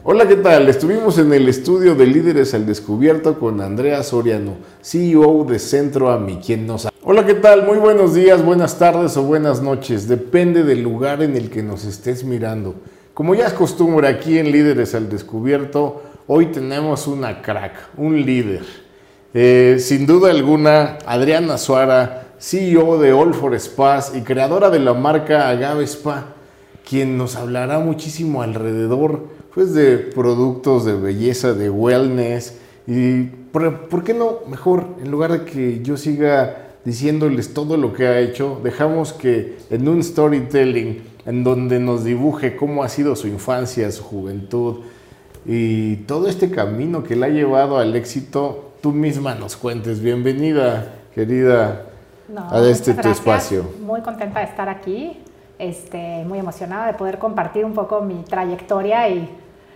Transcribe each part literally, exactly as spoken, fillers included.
Hola, ¿qué tal? Estuvimos en el estudio de Líderes al Descubierto con Andrea Soriano, C E O de Centro A M I, quien nos... Hola, ¿qué tal? Muy buenos días, buenas tardes o buenas noches. Depende del lugar en el que nos estés mirando. Como ya es costumbre aquí en Líderes al Descubierto, hoy tenemos una crack, un líder. Eh, sin duda alguna, Adriana Suara, C E O de All for Spas y creadora de la marca Agave Spa, quien nos hablará muchísimo alrededor pues, de productos de belleza, de wellness. Y ¿por, ¿por qué no? Mejor, en lugar de que yo siga diciéndoles todo lo que ha hecho, dejamos que en un storytelling en donde nos dibuje cómo ha sido su infancia, su juventud y todo este camino que la ha llevado al éxito, tú misma nos cuentes. Bienvenida, querida, no, a este tu gracias. espacio. Muy contenta de estar aquí, este, muy emocionada de poder compartir un poco mi trayectoria y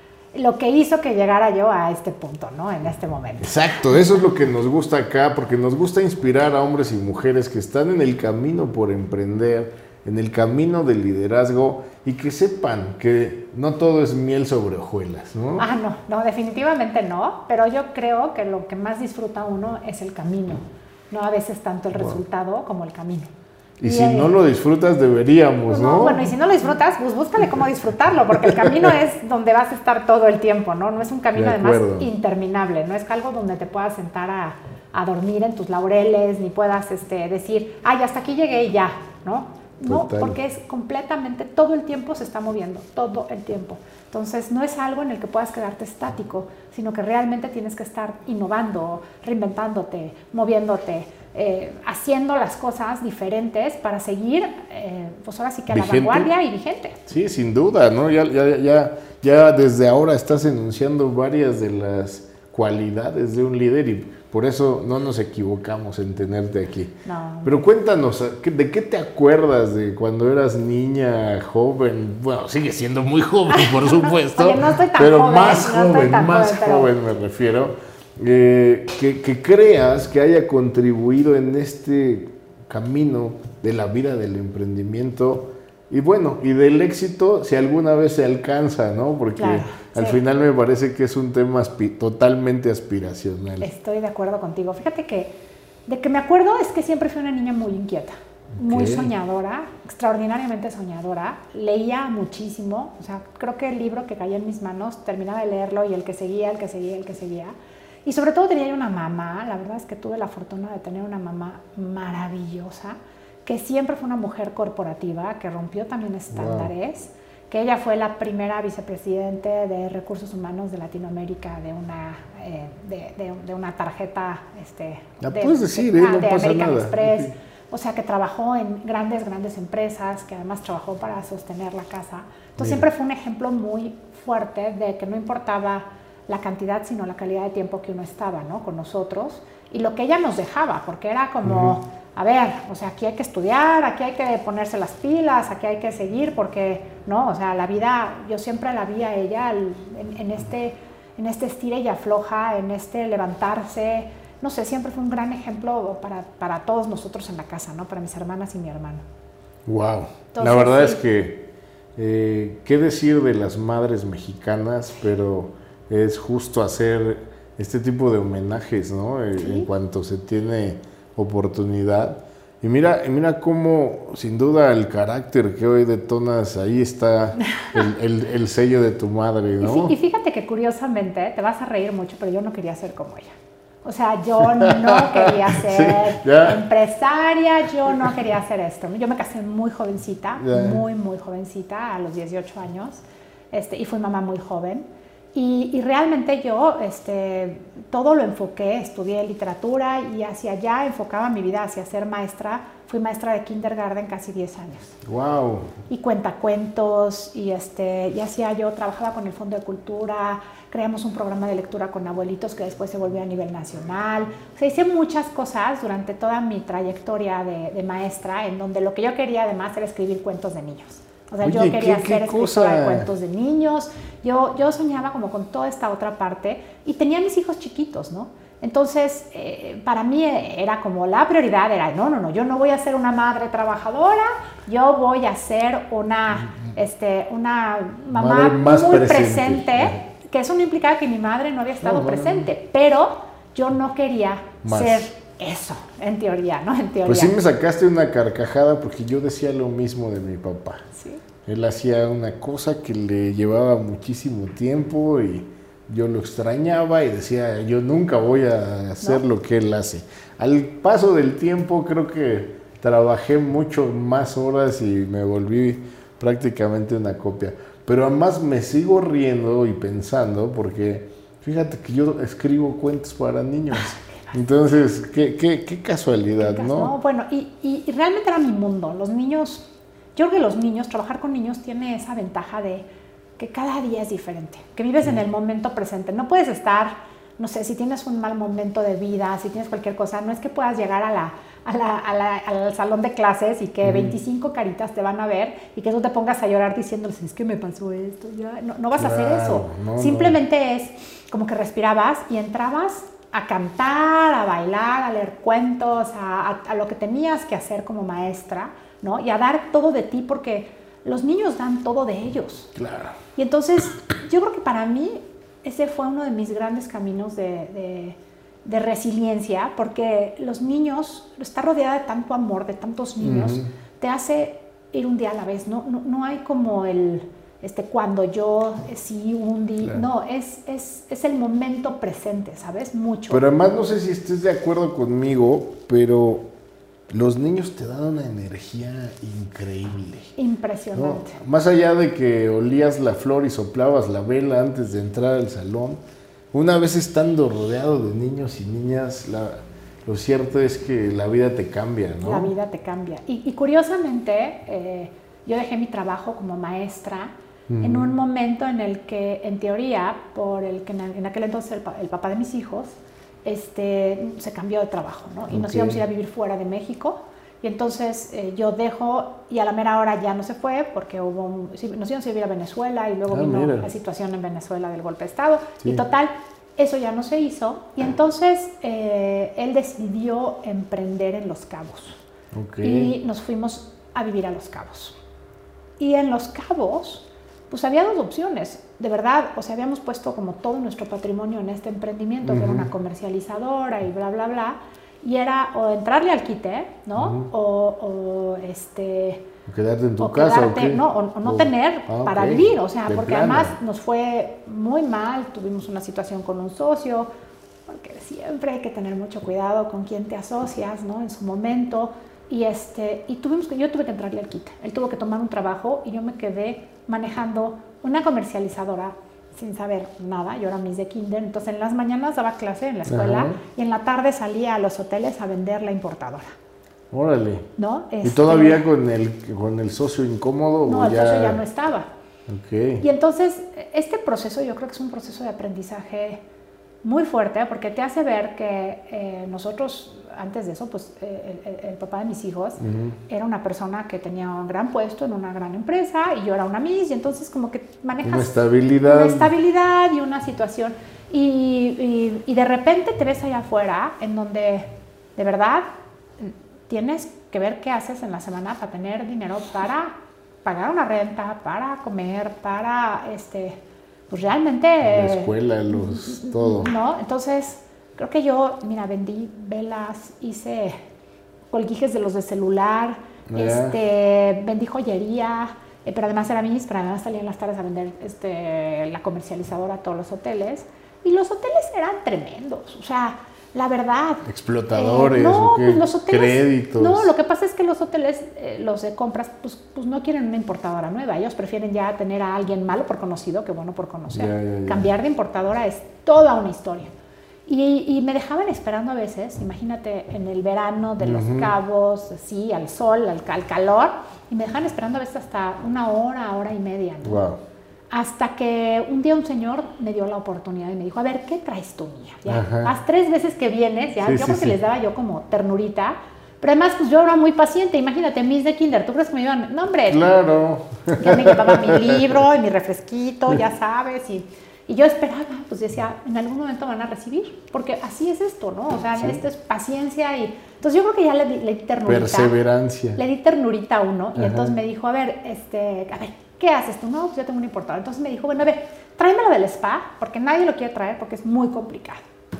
lo que hizo que llegara yo a este punto, ¿no? En este momento. Exacto, eso es lo que nos gusta acá, porque nos gusta inspirar a hombres y mujeres que están en el camino por emprender, en el camino del liderazgo, y que sepan que no todo es miel sobre hojuelas, ¿no? Ah, no, no, definitivamente no, pero yo creo que lo que más disfruta uno es el camino, no a veces tanto el wow. resultado como el camino. Y, y si eh, no lo disfrutas, deberíamos, ¿no? ¿no? Bueno, y si no lo disfrutas, pues búscale cómo disfrutarlo, porque el camino es donde vas a estar todo el tiempo, ¿no? No es un camino además interminable, no es algo donde te puedas sentar a, a dormir en tus laureles, ni puedas este, decir, ay, hasta aquí llegué y ya, ¿no? No, Total. Porque es completamente, todo el tiempo se está moviendo, todo el tiempo. Entonces, no es algo en el que puedas quedarte estático, sino que realmente tienes que estar innovando, reinventándote, moviéndote, eh, haciendo las cosas diferentes para seguir, eh, pues ahora sí que a ¿Vigente? La vanguardia y vigente. Sí, sin duda, ¿no? Ya, ya, ya, ya desde ahora estás enunciando varias de las cualidades de un líder y por eso no nos equivocamos en tenerte aquí. No. Pero cuéntanos, ¿de qué te acuerdas de cuando eras niña, joven? Bueno, sigue siendo muy joven, por supuesto. Oye, no estoy tan pero joven, más no joven, estoy tan más joven, joven pero... me refiero. Eh, que, que creas que haya contribuido en este camino de la vida del emprendimiento y bueno, y del éxito si alguna vez se alcanza, ¿no? Porque claro, al sí. final me parece que es un tema aspi totalmente aspiracional. Estoy de acuerdo contigo. Fíjate que de que me acuerdo es que siempre fui una niña muy inquieta, okay. muy soñadora, extraordinariamente soñadora. Leía muchísimo, o sea, creo que el libro que caía en mis manos terminaba de leerlo y el que seguía, el que seguía, el que seguía. Y sobre todo tenía una mamá, la verdad es que tuve la fortuna de tener una mamá maravillosa, que siempre fue una mujer corporativa, que rompió también estándares, wow. que ella fue la primera vicepresidente de Recursos Humanos de Latinoamérica de una, eh, de, de, de una tarjeta este, ¿La de, puedes decir, de, eh? ah, no de pasa American nada. Express, Okay. o sea que trabajó en grandes, grandes empresas, que además trabajó para sostener la casa. Entonces Mira. siempre fue un ejemplo muy fuerte de que no importaba la cantidad, sino la calidad de tiempo que uno estaba, ¿no? Con nosotros y lo que ella nos dejaba, porque era como, uh-huh. a ver, o sea, aquí hay que estudiar, aquí hay que ponerse las pilas, aquí hay que seguir, porque, ¿no? O sea, la vida, yo siempre la vi a ella en, en, este, en este estira y afloja, en este levantarse, no sé, siempre fue un gran ejemplo para, para todos nosotros en la casa, ¿no? Para mis hermanas y mi hermano. Wow, Entonces, la verdad sí. es que, eh, ¿qué decir de las madres mexicanas? Pero es justo hacer este tipo de homenajes, ¿no? ¿Sí? En cuanto se tiene oportunidad. Y mira, mira cómo, sin duda, el carácter que hoy detonas, ahí está el, el, el sello de tu madre, ¿no? Y fíjate que curiosamente, te vas a reír mucho, pero yo no quería ser como ella. O sea, yo no quería ser sí, empresaria, yo no quería hacer esto. Yo me casé muy jovencita, ya. muy, muy jovencita, a los dieciocho años, este, y fui mamá muy joven. Y, y realmente yo este, todo lo enfoqué, estudié literatura y hacia allá enfocaba mi vida hacia ser maestra. Fui maestra de kindergarten casi diez años. ¡Wow! Y cuentacuentos, y, este, y hacía yo, trabajaba con el Fondo de Cultura, creamos un programa de lectura con abuelitos que después se volvió a nivel nacional. O sea, hice muchas cosas durante toda mi trayectoria de, de maestra, en donde lo que yo quería además era escribir cuentos de niños. O sea, Oye, yo quería ¿qué, ser qué escritora de cuentos de niños, yo, yo soñaba como con toda esta otra parte y tenía mis hijos chiquitos, ¿no? Entonces, eh, para mí era como la prioridad, era, no, no, no, yo no voy a ser una madre trabajadora, yo voy a ser una, este, una mamá muy presente. presente Que eso no implicaba que mi madre no había estado no, presente, no, no. pero yo no quería Más. ser eso, en teoría, ¿no? En teoría. Pues sí me sacaste una carcajada porque yo decía lo mismo de mi papá. Sí. Él hacía una cosa que le llevaba muchísimo tiempo y yo lo extrañaba y decía, yo nunca voy a hacer ¿no? lo que él hace. Al paso del tiempo creo que trabajé mucho más horas y me volví prácticamente una copia. Pero además me sigo riendo y pensando porque fíjate que yo escribo cuentos para niños. Entonces, qué, qué, qué casualidad, ¿no? No, bueno, y, y, y realmente era mi mundo. Los niños, yo creo que los niños, trabajar con niños tiene esa ventaja de que cada día es diferente, que vives en el momento presente. No puedes estar, no sé, si tienes un mal momento de vida, si tienes cualquier cosa, no es que puedas llegar a la, a la, a la, al salón de clases y que mm. veinticinco caritas te van a ver y que tú te pongas a llorar diciéndoles, es que me pasó esto. Ya. No, no vas claro, a hacer eso. No, Simplemente no. es como que respirabas y entrabas a cantar, a bailar, a leer cuentos, a, a, a lo que tenías que hacer como maestra, ¿no? Y a dar todo de ti porque los niños dan todo de ellos. Claro. Y entonces, yo creo que para mí ese fue uno de mis grandes caminos de, de, de resiliencia, porque los niños, estar rodeada de tanto amor, de tantos niños, uh-huh. te hace ir un día a la vez. No, no, no hay como el, este, cuando yo, sí, un día, claro. no, es, es, es el momento presente, ¿sabes? Mucho. Pero además, no sé si estés de acuerdo conmigo, pero los niños te dan una energía increíble. Impresionante. ¿No? Más allá de que olías la flor y soplabas la vela antes de entrar al salón, una vez estando rodeado de niños y niñas, la, lo cierto es que la vida te cambia, ¿no? La vida te cambia. Y, y curiosamente, eh, yo dejé mi trabajo como maestra uh-huh. en un momento en el que, en teoría, por el que en aquel entonces el, el papá de mis hijos, Este, se cambió de trabajo, ¿no? Y okay. nos íbamos a ir a vivir fuera de México. Y entonces eh, yo dejo, y a la mera hora ya no se fue, porque hubo un, nos íbamos a vivir a Venezuela, y luego ah, vino mira. la situación en Venezuela del golpe de Estado. Sí. Y total, eso ya no se hizo. Y entonces eh, él decidió emprender en Los Cabos. Okay. Y nos fuimos a vivir a Los Cabos. Y en Los Cabos, pues había dos opciones. De verdad, o sea, habíamos puesto como todo nuestro patrimonio en este emprendimiento, uh-huh. que era una comercializadora y bla, bla, bla, y era o entrarle al quite, ¿no? Uh-huh. o, o este... O quedarte en tu o casa, quedarte, ¿o, no, o, o no o, tener ah, para okay. vivir, o sea, de porque plano. Además nos fue muy mal, tuvimos una situación con un socio, porque siempre hay que tener mucho cuidado con quién te asocias, ¿no? En su momento, y, este, y tuvimos que, yo tuve que entrarle al quite, él tuvo que tomar un trabajo y yo me quedé manejando una comercializadora sin saber nada, yo era Miss de Kinder, entonces en las mañanas daba clase en la escuela uh-huh. y en la tarde salía a los hoteles a vender la importadora. Órale. ¿No? ¿Y este, todavía con el, con el socio incómodo? No, o el ya... socio ya no estaba. Okay. Y entonces este proceso yo creo que es un proceso de aprendizaje muy fuerte porque te hace ver que eh, nosotros, antes de eso, pues eh, el, el papá de mis hijos uh-huh. era una persona que tenía un gran puesto en una gran empresa y yo era una Miss y entonces como que manejas una estabilidad, una estabilidad y una situación y, y, y de repente te ves allá afuera en donde de verdad tienes que ver qué haces en la semana para tener dinero para pagar una renta, para comer, para este pues realmente... La escuela, los, todo. ¿No? Entonces, creo que yo, mira, vendí velas, hice colguijes de los de celular, yeah. este, vendí joyería, eh, pero además era Miss, pero además salía en las tardes a vender este, la comercializadora a todos los hoteles. Y los hoteles eran tremendos, o sea, la verdad. Explotadores, eh, no, ¿o qué? Pues los hoteles, créditos. No, lo que pasa es que los hoteles, eh, los de compras, pues, pues no quieren una importadora nueva. Ellos prefieren ya tener a alguien malo por conocido que bueno por conocer. Ya, ya, ya. Cambiar de importadora es toda una historia. Y, y me dejaban esperando a veces, imagínate, en el verano de Los uh-huh. Cabos, así, al sol, al, al calor, y me dejaban esperando a veces hasta una hora, hora y media, ¿no? Wow. Hasta que un día un señor me dio la oportunidad y me dijo, a ver, ¿qué traes tú, niña? Ya, las tres veces que vienes, ya, sí, yo sí, creo sí. que les daba yo como ternurita, pero además pues yo era muy paciente, imagínate, Miss de Kinder, ¿tú crees que me iban? No, hombre. Claro. Ya me llevaba mi libro y mi refresquito, ya sabes, y, y yo esperaba, pues decía, en algún momento van a recibir, porque así es esto, ¿no? O sea, sí. esto es paciencia y... Entonces yo creo que ya le, le di ternurita. Perseverancia. Le di ternurita a uno, y Ajá. entonces me dijo, a ver, este, a ver, ¿qué haces tú? No, pues yo tengo un importador. Entonces me dijo, bueno, a ver, tráemelo del spa, porque nadie lo quiere traer porque es muy complicado.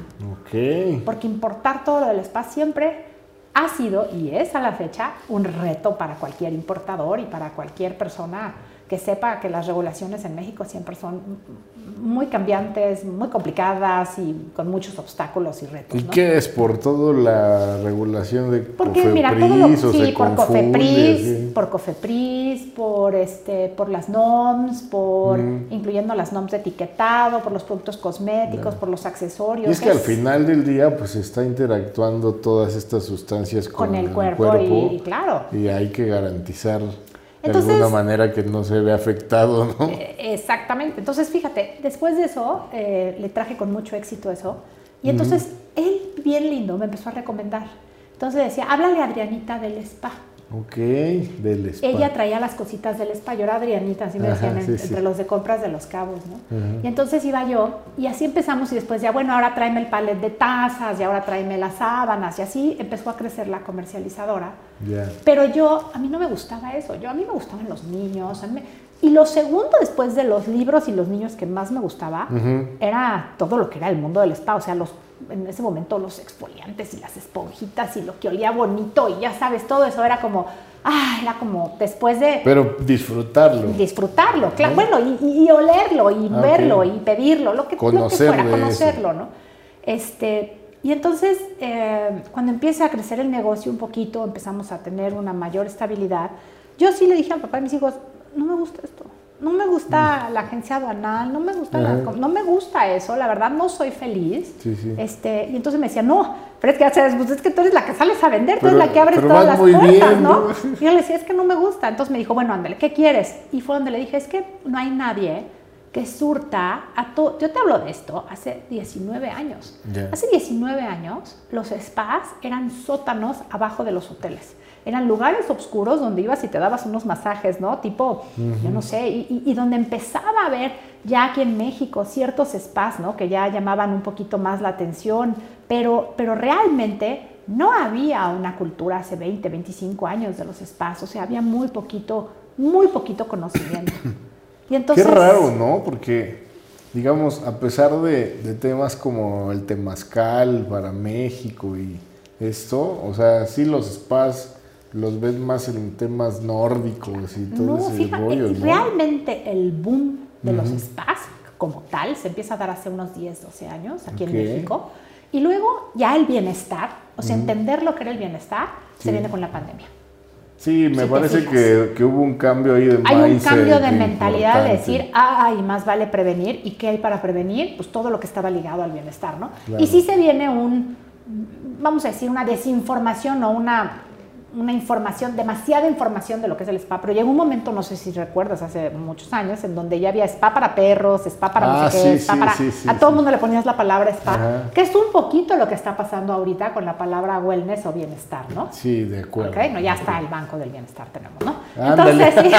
Ok. Porque importar todo lo del spa siempre ha sido y es a la fecha un reto para cualquier importador y para cualquier persona que sepa que las regulaciones en México siempre son muy cambiantes, muy complicadas y con muchos obstáculos y retos. ¿Y ¿no? qué es? ¿Por todo la regulación de Porque, Cofepris? mira, todo lo, ¿O sí, se por confunde, Cofepris, sí? por Cofepris, por, este, por las N O M S, por, Mm. incluyendo las N O M S de etiquetado, por los productos cosméticos, Ya. por los accesorios. Y es que al final del día pues está interactuando todas estas sustancias con, con el el cuerpo, cuerpo y, y claro. y hay que garantizar Entonces, de alguna manera que no se vea afectado, ¿no? Eh, exactamente. Entonces, fíjate, después de eso, eh, le traje con mucho éxito eso. Y entonces, uh-huh. él, bien lindo, me empezó a recomendar. Entonces decía, háblale a Adrianita del spa. Ok, del spa. Ella traía las cositas del spa. Yo era Adrianita, así me Ajá, decían, sí, en, sí. entre los de compras de Los Cabos, ¿no? Uh-huh. Y entonces iba yo, y así empezamos, y después ya, bueno, ahora tráeme el palet de tazas, y ahora tráeme las sábanas, y así empezó a crecer la comercializadora. Yeah. Pero yo, a mí no me gustaba eso, yo a mí me gustaban los niños, a mí me, y lo segundo después de los libros y los niños que más me gustaba, uh-huh. era todo lo que era el mundo del spa, o sea, los, en ese momento los exfoliantes y las esponjitas y lo que olía bonito, y ya sabes, todo eso era como, ah, era como después de... Pero disfrutarlo. Disfrutarlo, claro, ¿no? Bueno, y, y olerlo, y okay. verlo, y pedirlo, lo que, lo que fuera, conocerlo, eso. ¿no? Este... Y entonces, eh, cuando empieza a crecer el negocio un poquito, empezamos a tener una mayor estabilidad, yo sí le dije al papá de mis hijos, no me gusta esto, no me gusta mm. la agencia aduanal, no me gusta, la, no me gusta eso, la verdad no soy feliz. Sí, sí. Este, y entonces me decía, no, pero es que, pues es que tú eres la que sales a vender, tú pero, eres la que abres todas las puertas, bien, ¿no? ¿no? Y yo le decía, es que no me gusta. Entonces me dijo, bueno, ándale, ¿qué quieres? Y fue donde le dije, es que no hay nadie que surta a todo. Yo te hablo de esto hace diecinueve años. Yeah. Hace diecinueve años, los spas eran sótanos abajo de los hoteles. Eran lugares oscuros donde ibas y te dabas unos masajes, ¿no? Tipo, uh-huh. yo no sé, y, y, y donde empezaba a ver ya aquí en México ciertos spas, ¿no? Que ya llamaban un poquito más la atención, pero, pero realmente no había una cultura hace veinte, veinticinco años de los spas. O sea, había muy poquito, muy poquito conocimiento. Y entonces, qué raro, ¿no? Porque, digamos, a pesar de, de temas como el temazcal para México y esto, o sea, sí los spas los ves más en temas nórdicos y todo no, ese fíjate, rollo, ¿no? Realmente el boom de uh-huh. los spas como tal se empieza a dar hace unos diez, doce años aquí okay. en México. Y luego ya el bienestar, o sea, uh-huh. entender lo que era el bienestar, sí. se viene con la pandemia. Sí, me si parece que, que hubo un cambio ahí de Hay mindset. un cambio de mentalidad importante. De decir, ay, más vale prevenir. ¿Y qué hay para prevenir? Pues todo lo que estaba ligado al bienestar, ¿no? Claro. Y sí se viene un, vamos a decir, una desinformación o una, una información, demasiada información de lo que es el spa. Pero llegó un momento, no sé si recuerdas, hace muchos años, en donde ya había spa para perros, spa para ah, no sé qué, sí, spa sí, para... Sí, sí, a todo el sí. mundo le ponías la palabra spa, Ajá. que es un poquito lo que está pasando ahorita con la palabra wellness o bienestar, ¿no? Sí, de acuerdo. Okay, no, ya está el banco del bienestar tenemos, ¿no? Ándale. Entonces,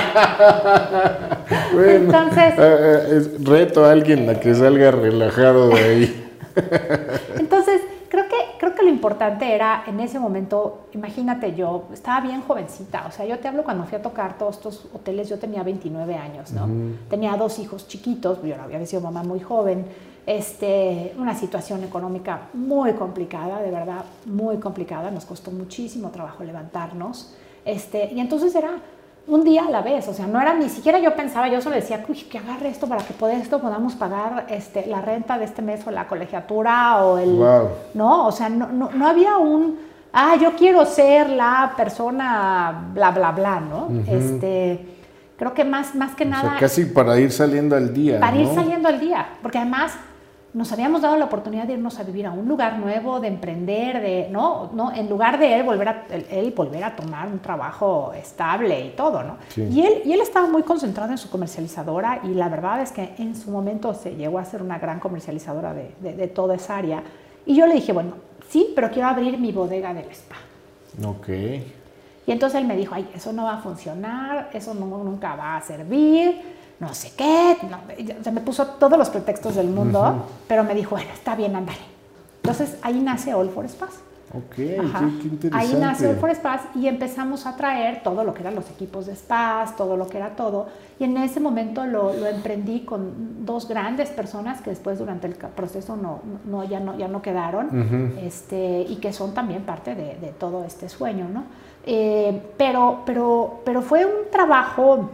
sí. Bueno, Entonces, eh, es reto a alguien a que salga relajado de ahí. Entonces, creo que, creo que lo importante era, en ese momento, imagínate yo, estaba bien jovencita, o sea, yo te hablo cuando fui a tocar todos estos hoteles, yo tenía veintinueve años, ¿no? Uh-huh. Tenía dos hijos chiquitos, yo había sido mamá muy joven, este, una situación económica muy complicada, de verdad, muy complicada, nos costó muchísimo trabajo levantarnos, este, y entonces era un día a la vez, o sea, no era ni siquiera yo pensaba, yo solo decía, uy, que agarre esto para que por esto podamos pagar este, la renta de este mes o la colegiatura o el... Wow. No, o sea, no, no, no había un, ah, yo quiero ser la persona bla, bla, bla, ¿no? Uh-huh. Este, creo que más, más que o nada... sea, casi para ir saliendo al día, Para ¿no? ir saliendo al día, porque además... nos habíamos dado la oportunidad de irnos a vivir a un lugar nuevo, de emprender, de, ¿no? ¿no? En lugar de él volver, a, él, él volver a tomar un trabajo estable y todo, ¿no? Sí. Y, él, y él estaba muy concentrado en su comercializadora y la verdad es que en su momento se llegó a ser una gran comercializadora de, de, de toda esa área. Y yo le dije, bueno, sí, pero quiero abrir mi bodega del spa. Ok. Y entonces él me dijo, ay, eso no va a funcionar, eso no, nunca va a servir, no sé qué, no, o sea, me puso todos los pretextos del mundo, uh-huh. pero me dijo, bueno, está bien, ándale. Entonces ahí nace All for Spas. Ok, qué, qué interesante. Ahí nació For Spas y empezamos a traer todo lo que eran los equipos de spas, todo lo que era todo. Y en ese momento lo, lo emprendí con dos grandes personas que después durante el proceso no, no, ya, no, ya no quedaron, uh-huh. este, y que son también parte de, de todo este sueño, ¿no? Eh, pero, pero, pero fue un trabajo.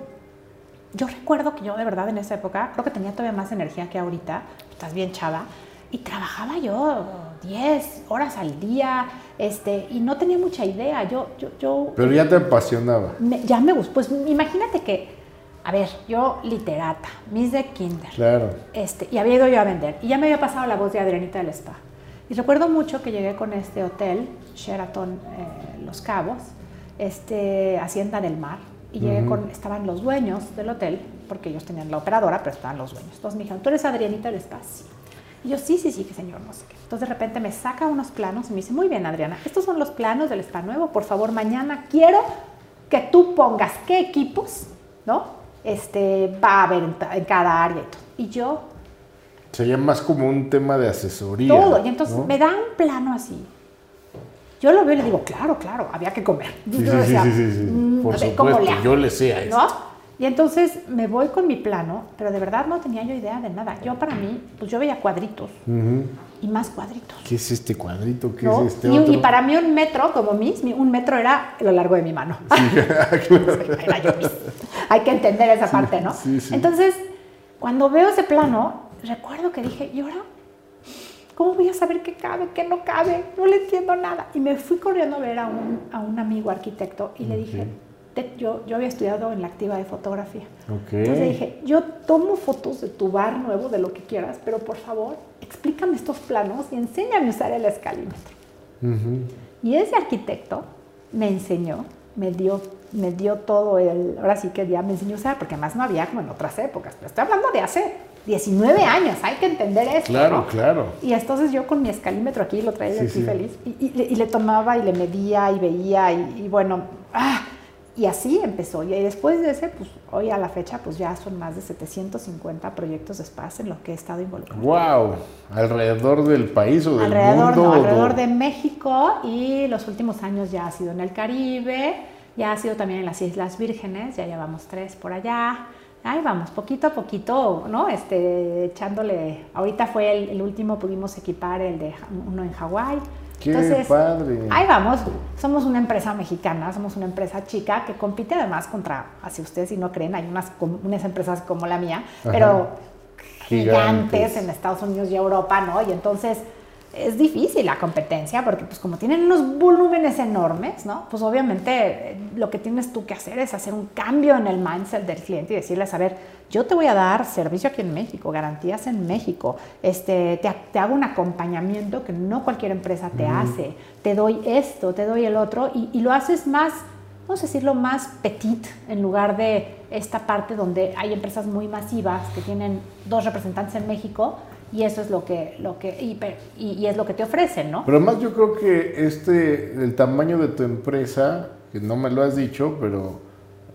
Yo recuerdo que yo de verdad en esa época, creo que tenía todavía más energía que ahorita, estás bien chava, y trabajaba yo diez horas al día, este, y no tenía mucha idea. Yo, yo, yo, Pero ya te apasionaba. Me, ya me gustó. Pues imagínate que, a ver, yo literata, Miss de Kinder. Claro. Este, y había ido yo a vender. Y ya me había pasado la voz de Adrianita del Spa. Y recuerdo mucho que llegué con este hotel, Sheraton eh, Los Cabos, este, Hacienda del Mar. Y llegué uh-huh. con, estaban los dueños del hotel, porque ellos tenían la operadora, pero estaban los dueños. Entonces me dijeron, ¿tú eres Adrianita del Spa? Sí. Y yo, sí, sí, sí, que señor, no sé qué. Entonces de repente me saca unos planos y me dice, muy bien, Adriana, estos son los planos del spa nuevo, por favor, mañana quiero que tú pongas qué equipos, ¿no? Este, va a haber en, en cada área y todo. Y yo... Sería más como un tema de asesoría. Todo, y entonces ¿no? me da un plano así. Yo lo veo y le digo, claro, claro, había que comer. Sí, yo sí, decía, sí, sí, sí. Mmm, por ver, supuesto, yo le sé a esto. ¿no? Y entonces me voy con mi plano, pero de verdad no tenía yo idea de nada. Yo para mí, pues yo veía cuadritos uh-huh. y más cuadritos. ¿Qué es este cuadrito? ¿Qué ¿no? es este y, otro? Y para mí un metro, como mis, un metro era lo largo de mi mano. Sí, era yo mis. Hay que entender esa sí, parte, ¿no? Sí, sí. Entonces, cuando veo ese plano, recuerdo que dije, ¿y ahora? ¿Cómo voy a saber qué cabe, qué no cabe? No le entiendo nada. Y me fui corriendo a ver a un, a un amigo arquitecto y okay. le dije... Yo, yo había estudiado en la activa de fotografía. Okay. Entonces le dije, yo tomo fotos de tu bar nuevo, de lo que quieras, pero por favor, explícame estos planos y enséñame a usar el escalímetro. Uh-huh. Y ese arquitecto me enseñó, me dio, me dio todo el... Ahora sí que ya me enseñó a usar, porque además no había como en otras épocas. Pero estoy hablando de hace diecinueve años, hay que entender esto. Claro, ¿no? claro. Y entonces yo con mi escalímetro aquí, lo traía sí, aquí sí. feliz, y, y, y le tomaba y le medía y veía y, y bueno... ¡ah! Y así empezó. Y después de ese, pues hoy a la fecha, pues ya son más de setecientos cincuenta proyectos de spas en los que he estado involucrado. ¡Wow! ¿Alrededor del país o del alrededor, mundo? No, alrededor de México, y los últimos años ya ha sido en el Caribe, ya ha sido también en las Islas Vírgenes, ya llevamos tres por allá. Ahí vamos, poquito a poquito, ¿no? Este, echándole... Ahorita fue el, el último, pudimos equipar el de uno en Hawái. ¡Qué Entonces, padre! Ahí vamos, somos una empresa mexicana, somos una empresa chica que compite además contra, así ustedes si no creen, hay unas, unas empresas como la mía, Ajá. pero gigantes. gigantes en Estados Unidos y Europa, ¿no? Y entonces es difícil la competencia porque pues como tienen unos volúmenes enormes, ¿no? Pues obviamente lo que tienes tú que hacer es hacer un cambio en el mindset del cliente y decirles, a ver, yo te voy a dar servicio aquí en México, garantías en México, este, te, te hago un acompañamiento que no cualquier empresa te mm. hace, te doy esto, te doy el otro y, y lo haces más, vamos a decirlo, más petit en lugar de esta parte donde hay empresas muy masivas que tienen dos representantes en México y eso es lo que, lo que y, y, y es lo que te ofrecen, ¿no? Pero además yo creo que este, el tamaño de tu empresa, que no me lo has dicho, pero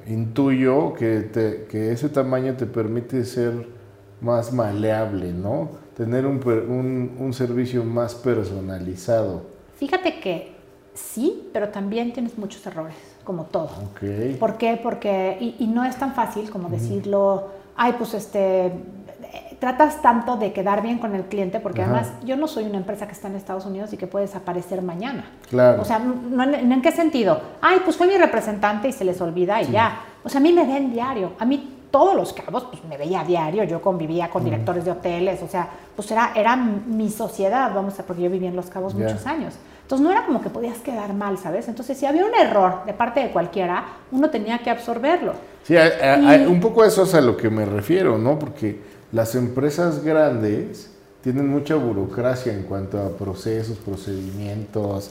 intuyo que, te, que ese tamaño te permite ser más maleable, ¿no? Tener un, un, un servicio más personalizado. Fíjate que sí, pero también tienes muchos errores, como todo. Okay. ¿Por qué? Porque, y, y no es tan fácil como decirlo, ay, pues este... tratas tanto de quedar bien con el cliente porque Ajá. además yo no soy una empresa que está en Estados Unidos y que puede desaparecer mañana. Claro. O sea, no, ¿en, ¿en qué sentido? Ay, pues fue mi representante y se les olvida y sí. ya. O sea, a mí me ven diario. A mí todos los cabos, pues me veía diario. Yo convivía con uh-huh. directores de hoteles. O sea, pues era, era mi sociedad, vamos a, porque yo viví en Los Cabos yeah. muchos años. Entonces no era como que podías quedar mal, ¿sabes? Entonces si había un error de parte de cualquiera, uno tenía que absorberlo. Sí, a, a, y, a, un poco eso es a lo que me refiero, ¿no? Porque las empresas grandes tienen mucha burocracia en cuanto a procesos, procedimientos,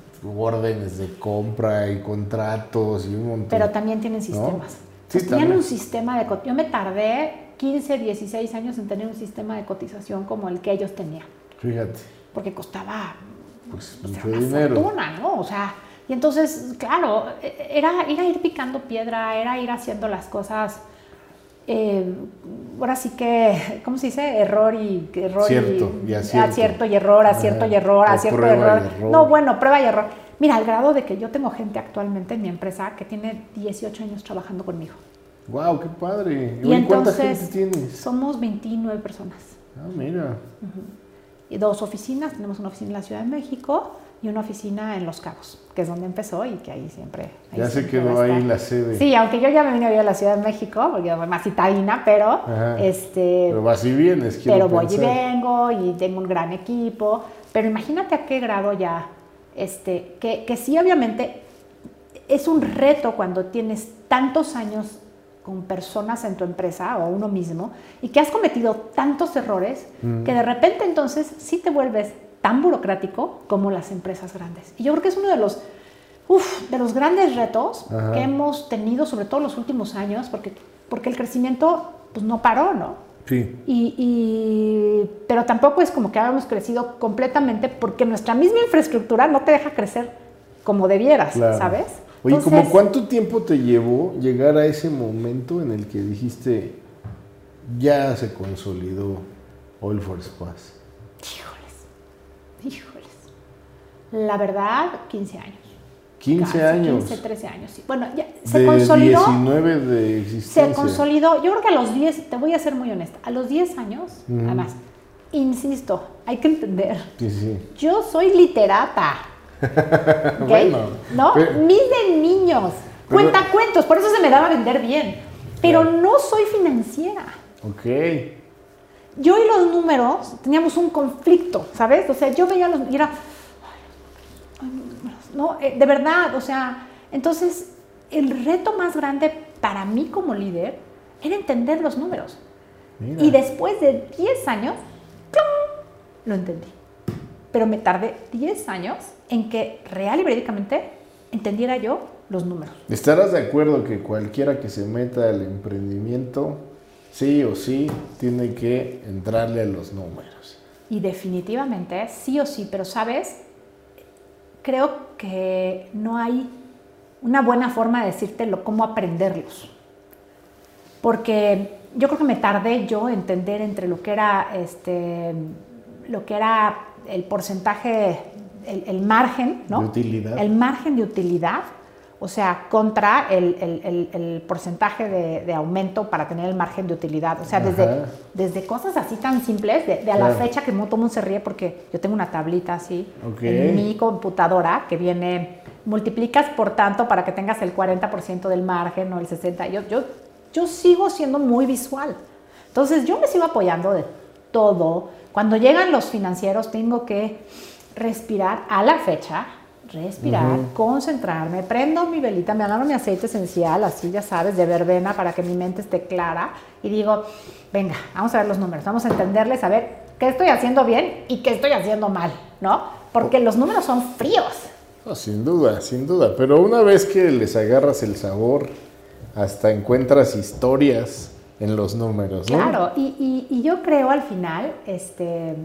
órdenes de compra y contratos y un montón. Pero también tienen sistemas. ¿No? Sí, tenían también un sistema de cotización. Yo me tardé quince, dieciséis años en tener un sistema de cotización como el que ellos tenían. Fíjate. Porque costaba pues, pues, mucho una dinero. fortuna, ¿no? O sea, y entonces, claro, era, era ir picando piedra, era ir haciendo las cosas eh, ahora sí que, ¿cómo se dice? Error y error Cierto, y, y acierto. acierto y error, acierto Ajá. y error, O acierto y prueba error. y error. No, bueno, prueba y error. Mira, al grado de que yo tengo gente actualmente en mi empresa que tiene dieciocho años trabajando conmigo. ¡Wow, qué padre! Y Oye, entonces, ¿cuánta gente tienes? somos veintinueve personas. Ah, mira. Uh-huh. Y dos oficinas, tenemos una oficina en la Ciudad de México y una oficina en Los Cabos, que es donde empezó y que ahí siempre... Ahí Ya se siempre quedó va a ahí estar. la sede. Sí, aunque yo ya me vine a vivir a la Ciudad de México, porque yo soy más citadina, pero... Ajá. este Pero vas y vienes, quiero Pero voy pensar. y vengo y tengo un gran equipo. Pero imagínate a qué grado ya, este, que, que sí, obviamente, es un reto cuando tienes tantos años con personas en tu empresa o uno mismo y que has cometido tantos errores mm. que de repente entonces sí te vuelves tan burocrático como las empresas grandes. Y yo creo que es uno de los, uf, de los grandes retos Ajá. que hemos tenido, sobre todo en los últimos años, porque, porque el crecimiento pues, no paró, ¿no? Sí. Y, y, pero tampoco es como que hayamos crecido completamente porque nuestra misma infraestructura no te deja crecer como debieras, claro. ¿sabes? Oye, Entonces, ¿cómo cuánto tiempo te llevó llegar a ese momento en el que dijiste, ya se consolidó All for Spas? Híjoles, híjoles. La verdad, quince años. quince Casi, años. quince, trece años, sí. Bueno, ya se de consolidó. diecinueve de existencia. Se consolidó, yo creo que a los diez, te voy a ser muy honesta, a los diez años, uh-huh. además, insisto, hay que entender. Sí, sí. Yo soy literata. ¿Okay? Bueno. ¿No? Pero, Mis de niños. Pero, cuenta cuentos, por eso se me daba a vender bien. Pero claro. no soy financiera. Ok. Yo y los números teníamos un conflicto, ¿sabes? O sea, yo veía los y era, no, eh, de verdad, o sea, entonces el reto más grande para mí como líder era entender los números. Mira. Y después de diez años, ¡plum!, lo entendí. Pero me tardé diez años en que real y verídicamente entendiera yo los números. ¿Estarás de acuerdo que cualquiera que se meta al emprendimiento, sí o sí, tiene que entrarle a los números? Y definitivamente, sí o sí, pero ¿sabes? Creo que no hay una buena forma de decirte cómo aprenderlos. Porque yo creo que me tardé yo en entender entre lo que era, este, lo que era el porcentaje, el, el margen, ¿no? De utilidad. El margen de utilidad, o sea, contra el, el, el, el porcentaje de, de aumento para tener el margen de utilidad. O sea, desde, desde cosas así tan simples, de, de a claro. la fecha que todo el mundo se ríe porque yo tengo una tablita así okay. en mi computadora que viene, multiplicas por tanto para que tengas el cuarenta por ciento del margen o el sesenta por ciento. Yo, yo, yo sigo siendo muy visual. Entonces, yo me sigo apoyando de todo. Cuando llegan los financieros, tengo que respirar a la fecha, respirar, uh-huh. concentrarme, prendo mi velita, me agarro mi aceite esencial, así ya sabes, de verbena para que mi mente esté clara y digo, venga, vamos a ver los números, vamos a entenderles, a ver qué estoy haciendo bien y qué estoy haciendo mal, ¿no? Porque los números son fríos. Oh, sin duda, sin duda, pero una vez que les agarras el sabor, hasta encuentras historias en los números, ¿no? Claro, y, y, y yo creo al final este,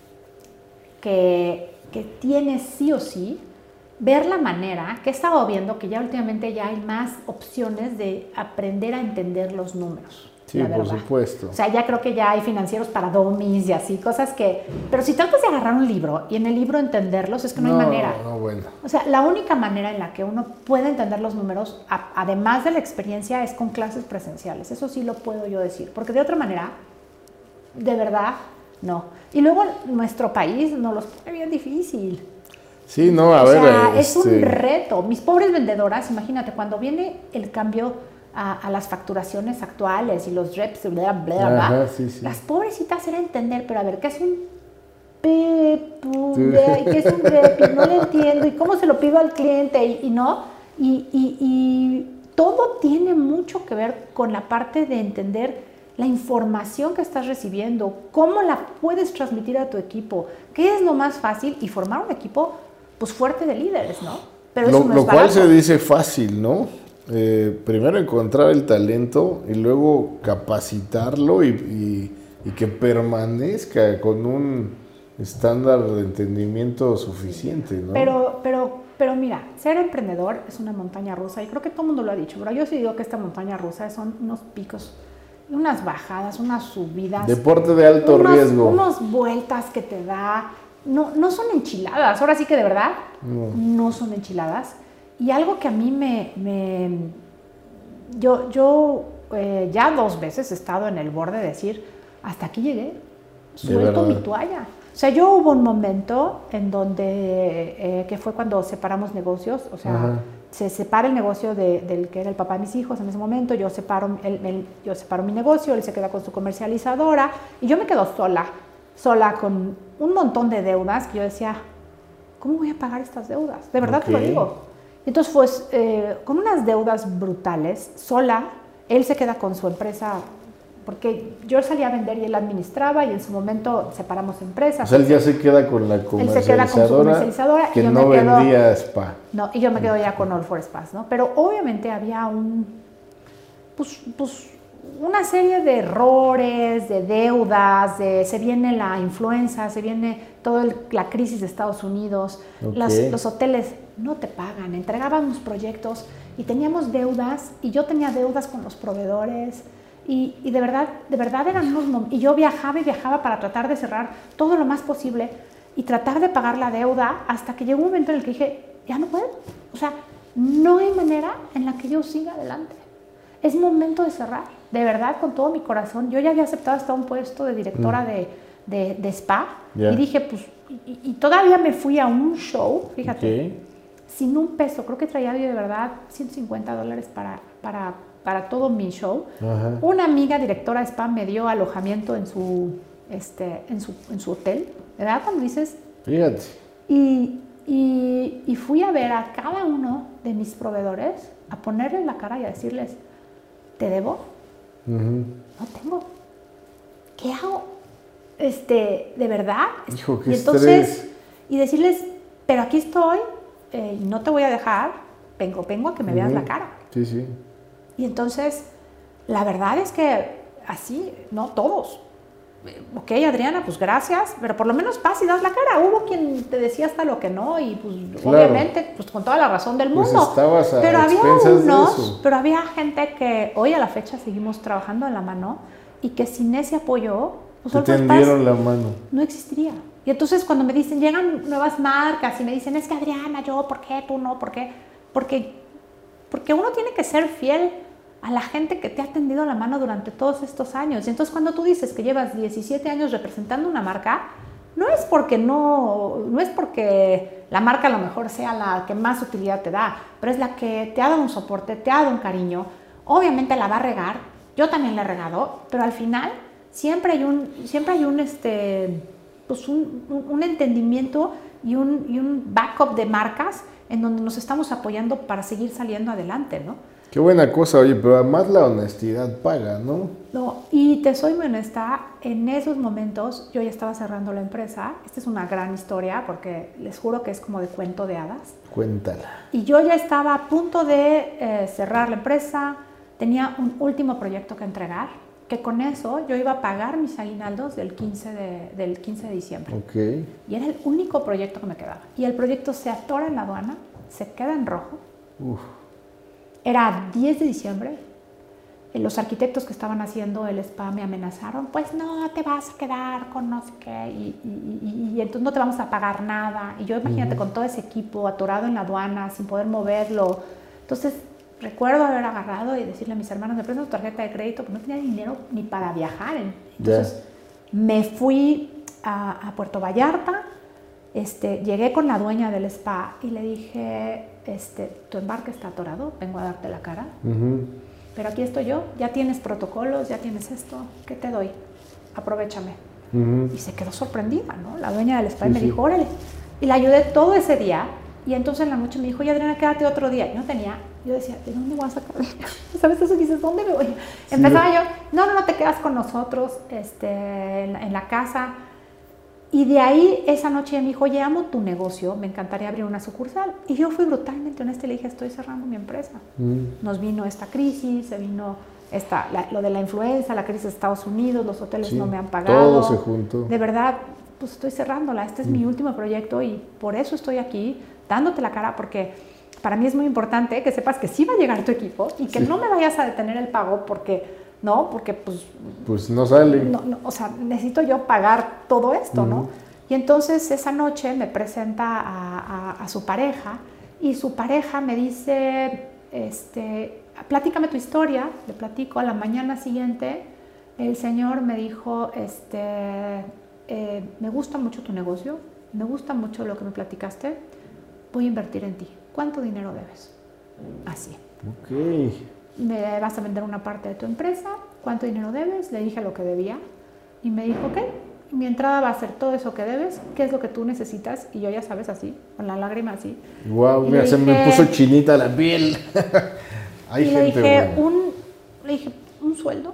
que, que tienes sí o sí ver la manera, que he estado viendo que ya últimamente ya hay más opciones de aprender a entender los números. Sí, por supuesto. O sea, ya creo que ya hay financieros para dummies y así, cosas que... Pero si tratas de agarrar un libro y en el libro entenderlos, es que no, no hay manera. No, bueno. O sea, la única manera en la que uno puede entender los números, a, además de la experiencia, es con clases presenciales. Eso sí lo puedo yo decir. Porque de otra manera, de verdad, no. Y luego nuestro país nos los pone bien difícil. Sí, no, a o ver... sea, este... es un reto. Mis pobres vendedoras, imagínate, cuando viene el cambio... A, a las facturaciones actuales y los reps, bla, bla, bla, Ajá, sí, sí. Las pobrecitas era entender, pero a ver, ¿qué es un P P? ¿Qué es un rep? No lo entiendo, y cómo se lo pido al cliente, y, y no, y, y, y todo tiene mucho que ver con la parte de entender la información que estás recibiendo, cómo la puedes transmitir a tu equipo, qué es lo más fácil, y formar un equipo pues fuerte de líderes, ¿no? Pero eso lo, no lo es cual barato. Se dice fácil, ¿no? Eh, primero encontrar el talento y luego capacitarlo y, y, y que permanezca con un estándar de entendimiento suficiente, ¿no? Pero, pero, pero mira, ser emprendedor es una montaña rusa y creo que todo el mundo lo ha dicho, pero yo sí digo que esta montaña rusa son unos picos unas bajadas, unas subidas. Deporte de alto unas, riesgo. Unas vueltas que te da. No, no son enchiladas, ahora sí que de verdad no, no son enchiladas. Y algo que a mí me... me yo yo eh, ya dos veces he estado en el borde de decir, hasta aquí llegué, suelto mi toalla. O sea, yo hubo un momento en donde, eh, que fue cuando separamos negocios, o sea, ajá, se separa el negocio de, del que era el papá de mis hijos en ese momento, yo separo, el, el, yo separo mi negocio, él se queda con su comercializadora y yo me quedo sola, sola con un montón de deudas que yo decía, ¿cómo voy a pagar estas deudas? De verdad, okay, te lo digo. Entonces, pues, eh, con unas deudas brutales, sola, él se queda con su empresa, porque yo salía a vender y él administraba y en su momento separamos empresas. O sea, él ya se queda con la comercializadora, él se queda con su comercializadora que y yo no me quedo, vendía spa. No, y yo me quedo ya con All for Spas, ¿no? Pero obviamente había un, pues, pues, una serie de errores, de deudas, de, se viene la influenza, se viene toda la crisis de Estados Unidos, okay, los, los hoteles no te pagan, entregábamos proyectos y teníamos deudas y yo tenía deudas con los proveedores. Y, y de verdad, de verdad eran unos momentos, y yo viajaba y viajaba para tratar de cerrar todo lo más posible y tratar de pagar la deuda hasta que llegó un momento en el que dije, ya no puedo, o sea, no hay manera en la que yo siga adelante. Es momento de cerrar, de verdad, con todo mi corazón. Yo ya había aceptado hasta un puesto de directora mm. de, de, de spa, yeah, y dije, pues, y, y todavía me fui a un show, fíjate, okay, sin un peso, creo que traía de verdad ciento cincuenta dólares para... para para todo mi show. Ajá. Una amiga directora de spa me dio alojamiento en su, este, en su, en su hotel, ¿verdad? Cuando dices... Fíjate. Y, y, y fui a ver a cada uno de mis proveedores, a ponerles la cara y a decirles, ¿te debo? Uh-huh. No tengo. ¿Qué hago? Este, ¿de verdad? Hijo, qué y entonces, estrés. Y decirles, pero aquí estoy, eh, no te voy a dejar, vengo, vengo a que me uh-huh. veas la cara. Sí, sí. Y entonces, la verdad es que así, no todos. Ok, Adriana, pues gracias, pero por lo menos vas y das la cara. Hubo quien te decía hasta lo que no y pues claro, obviamente pues con toda la razón del mundo. Pues estabas a pero había expensas unos, de eso. Pero había gente que hoy a la fecha seguimos trabajando en la mano y que sin ese apoyo, pues te tendieron la mano. No existiría. Y entonces cuando me dicen, llegan nuevas marcas y me dicen, es que Adriana, yo, ¿por qué? Tú no, ¿por qué? Porque, porque uno tiene que ser fiel a la gente que te ha tendido la mano durante todos estos años. Y entonces cuando tú dices que llevas diecisiete años representando una marca, no es porque no, no es porque la marca a lo mejor sea la que más utilidad te da, pero es la que te ha dado un soporte, te ha dado un cariño. Obviamente la va a regar, yo también la he regado, pero al final siempre hay un, siempre hay un, este, pues un, un, un entendimiento y un, y un backup de marcas en donde nos estamos apoyando para seguir saliendo adelante, ¿no? Qué buena cosa, oye, pero además la honestidad paga, ¿no? No, y te soy muy honesta, en esos momentos yo ya estaba cerrando la empresa. Esta es una gran historia porque les juro que es como de cuento de hadas. Cuéntala. Y yo ya estaba a punto de eh, cerrar la empresa, tenía un último proyecto que entregar, que con eso yo iba a pagar mis aguinaldos del quince de, del quince de diciembre. Ok. Y era el único proyecto que me quedaba. Y el proyecto se atora en la aduana, se queda en rojo. Uf. Era diez de diciembre, los arquitectos que estaban haciendo el spa me amenazaron, pues no, te vas a quedar con no sé qué, y, y, y, y entonces no te vamos a pagar nada. Y yo imagínate uh-huh. con todo ese equipo atorado en la aduana, sin poder moverlo. Entonces recuerdo haber agarrado y decirle a mis hermanos, me prestan tu tarjeta de crédito, porque no tenía dinero ni para viajar. Entonces yeah. me fui a, a Puerto Vallarta, este, llegué con la dueña del spa y le dije... Este, tu embarque está atorado, vengo a darte la cara, uh-huh. pero aquí estoy yo, ya tienes protocolos, ya tienes esto, ¿qué te doy? Aprovechame. Uh-huh. Y se quedó sorprendida, ¿no? La dueña del spa sí, me sí. dijo, órale. Y la ayudé todo ese día, y entonces en la noche me dijo, oye Adriana, quédate otro día. Yo no tenía, yo decía, ¿de dónde voy a sacar? ¿Sabes eso? Dices, ¿dónde me voy? Sí, Empezaba yo, no, no, no te quedas con nosotros este, en, la, en la casa. Y de ahí, esa noche me dijo, oye, amo tu negocio, me encantaría abrir una sucursal. Y yo fui brutalmente honesta y le dije, estoy cerrando mi empresa. Mm. Nos vino esta crisis, se vino esta, la, lo de la influenza, la crisis de Estados Unidos, los hoteles sí, no me han pagado. Todo se juntó. De verdad, pues estoy cerrándola. Este es mm. mi último proyecto y por eso estoy aquí, dándote la cara, porque para mí es muy importante que sepas que sí va a llegar tu equipo y que sí. no me vayas a detener el pago porque... ¿no? Porque pues... Pues no sale. No, no, o sea, necesito yo pagar todo esto, uh-huh. ¿no? Y entonces esa noche me presenta a, a, a su pareja y su pareja me dice, este, platícame tu historia, le platico. A la mañana siguiente el señor me dijo, este, eh, me gusta mucho tu negocio, me gusta mucho lo que me platicaste, voy a invertir en ti. ¿Cuánto dinero debes? Así. Ok. Me vas a vender una parte de tu empresa, ¿cuánto dinero debes? Le dije lo que debía y me dijo, ok, mi entrada va a ser todo eso que debes, ¿qué es lo que tú necesitas? Y yo ya sabes así, con la lágrima así. Wow, mira, se me puso chinita la piel. Hay y gente le dije, buena. un, le dije, ¿un sueldo?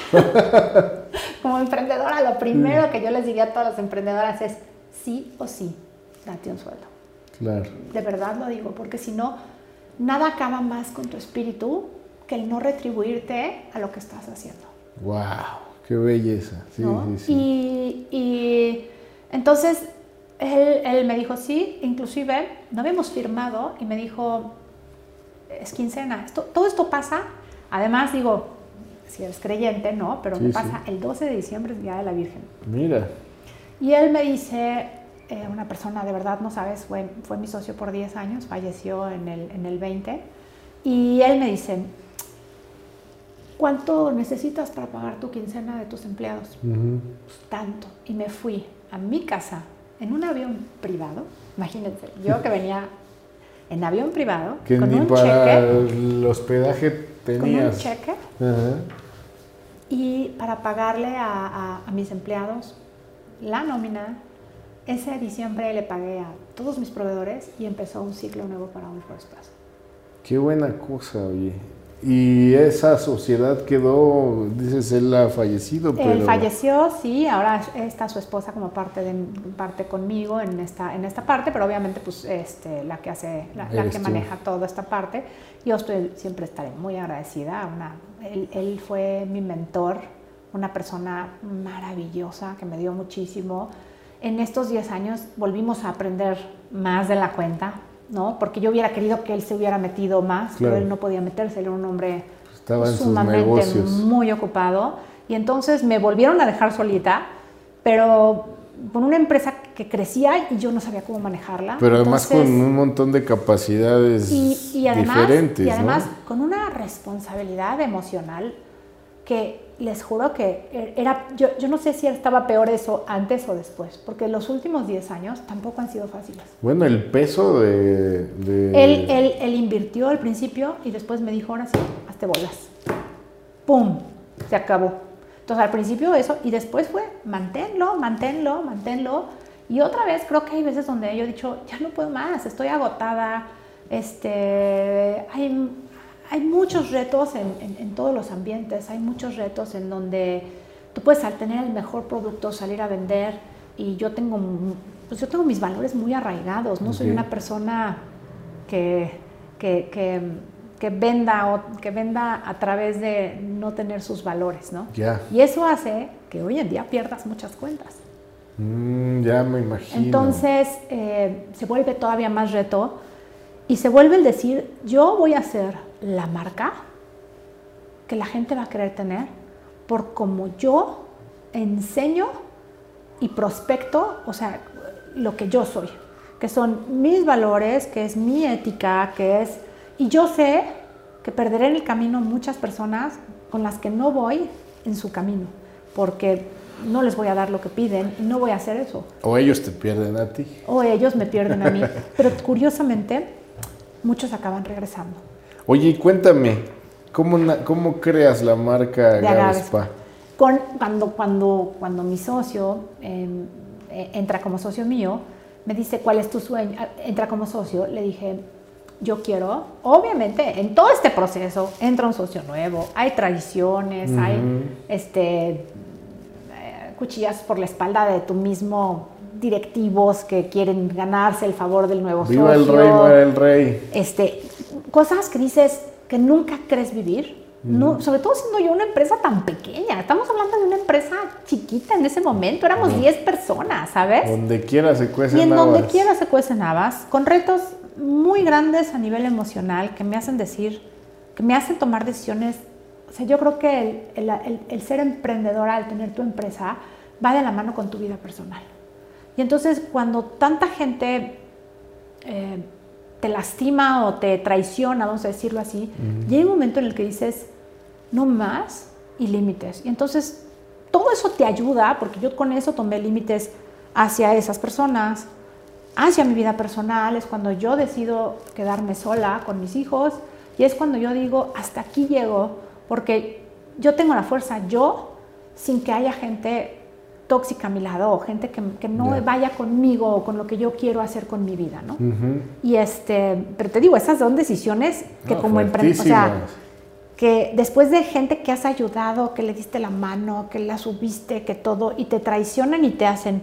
Como emprendedora, lo primero que yo les diría a todas las emprendedoras es, sí o sí, date un sueldo. Claro. De verdad lo digo, porque si no, nada acaba más con tu espíritu que el no retribuirte a lo que estás haciendo. ¡Wow! ¡Qué belleza! Sí, ¿no? sí, sí. Y, y entonces él, él me dijo sí, inclusive no habíamos firmado y me dijo, es quincena, esto, todo esto pasa, además digo, si eres creyente, no, pero Sí, me pasa sí. el doce de diciembre, es Día de la Virgen. Mira. Y él me dice, eh, una persona de verdad, no sabes, fue, fue mi socio por diez años, falleció en el, en el veinte, y él me dice, ¿cuánto necesitas para pagar tu quincena de tus empleados? Uh-huh. Pues tanto. Y me fui a mi casa en un avión privado. Imagínense, yo que venía en avión privado, Que con ni un para cheque. el hospedaje tenías. Con un cheque. Uh-huh. Y para pagarle a, a, a mis empleados la nómina, ese diciembre le pagué a todos mis proveedores y empezó un ciclo nuevo para un First Pass. Qué buena cosa, oye. Y esa sociedad quedó, dices, él ha fallecido, pero... Él falleció, sí, ahora está su esposa como parte de parte conmigo en esta, en esta parte, pero obviamente pues este, la que hace, la, la que maneja toda esta parte. Yo estoy, siempre estaré muy agradecida. Una, él, él fue mi mentor, una persona maravillosa que me dio muchísimo. En estos diez años volvimos a aprender más de la cuenta, ¿no? Porque yo hubiera querido que él se hubiera metido más, claro. Pero él no podía meterse, él era un hombre Estaba en sumamente sus negocios. Muy ocupado. Y entonces me volvieron a dejar solita, pero con una empresa que crecía y yo no sabía cómo manejarla. Pero además entonces, con un montón de capacidades y, y además, diferentes, y además ¿no? con una responsabilidad emocional que les juro que era, yo, yo no sé si estaba peor eso antes o después, porque los últimos diez años tampoco han sido fáciles. Bueno, el peso de... de... Él, él, él invirtió al principio y después me dijo, ahora sí, hazte bolas. ¡Pum! Se acabó. Entonces al principio eso, y después fue, manténlo, manténlo, manténlo. Y otra vez creo que hay veces donde yo he dicho, ya no puedo más, estoy agotada, este, hay... Hay muchos retos en, en, en todos los ambientes, hay muchos retos en donde tú puedes al tener el mejor producto salir a vender y yo tengo, pues yo tengo mis valores muy arraigados, no okay. Soy una persona que, que, que, que, venda o, que venda a través de no tener sus valores, ¿no? Yeah. Y eso hace que hoy en día pierdas muchas cuentas. Mm, ya me imagino. Entonces eh, se vuelve todavía más reto y se vuelve el decir, yo voy a hacer la marca que la gente va a querer tener por como yo enseño y prospecto, o sea, lo que yo soy, que son mis valores, que es mi ética, que es... Y yo sé que perderé en el camino muchas personas con las que no voy en su camino, porque no les voy a dar lo que piden y no voy a hacer eso. O ellos te pierden a ti. O ellos me pierden a mí. Pero curiosamente, muchos acaban regresando. Oye, cuéntame, ¿cómo, cómo creas la marca Agave Spa? Con, cuando, cuando, cuando mi socio eh, entra como socio mío, me dice, ¿cuál es tu sueño? Entra como socio, le dije, yo quiero, obviamente, en todo este proceso entra un socio nuevo, hay traiciones, uh-huh. hay este, eh, cuchillas por la espalda de tu mismo directivos que quieren ganarse el favor del nuevo Viva socio. Viva el rey, muera el rey. Este, cosas que dices que nunca crees vivir, mm. no, sobre todo siendo yo una empresa tan pequeña. Estamos hablando de una empresa chiquita en ese momento, éramos diez mm. personas, ¿sabes? Donde quiera se cuecen habas. Y en habas. donde quiera se cuecen habas, con retos muy grandes a nivel emocional que me hacen decir, que me hacen tomar decisiones O sea, yo creo que el, el, el, el ser emprendedora, el tener tu empresa, va de la mano con tu vida personal. Y entonces, cuando tanta gente eh, te lastima o te traiciona, vamos a decirlo así, uh-huh. llega un momento en el que dices, no más, y límites. Y entonces, todo eso te ayuda, porque yo con eso tomé límites hacia esas personas, hacia mi vida personal. Es cuando yo decido quedarme sola con mis hijos, y es cuando yo digo, hasta aquí llego, porque yo tengo la fuerza, yo, sin que haya gente tóxica a mi lado, o gente que, que no yeah. vaya conmigo o con lo que yo quiero hacer con mi vida, ¿no? Uh-huh. Y este, pero te digo, esas son decisiones que no, como emprendedor, o sea, que después de gente que has ayudado, que le diste la mano, que la subiste, que todo, y te traicionan y te hacen,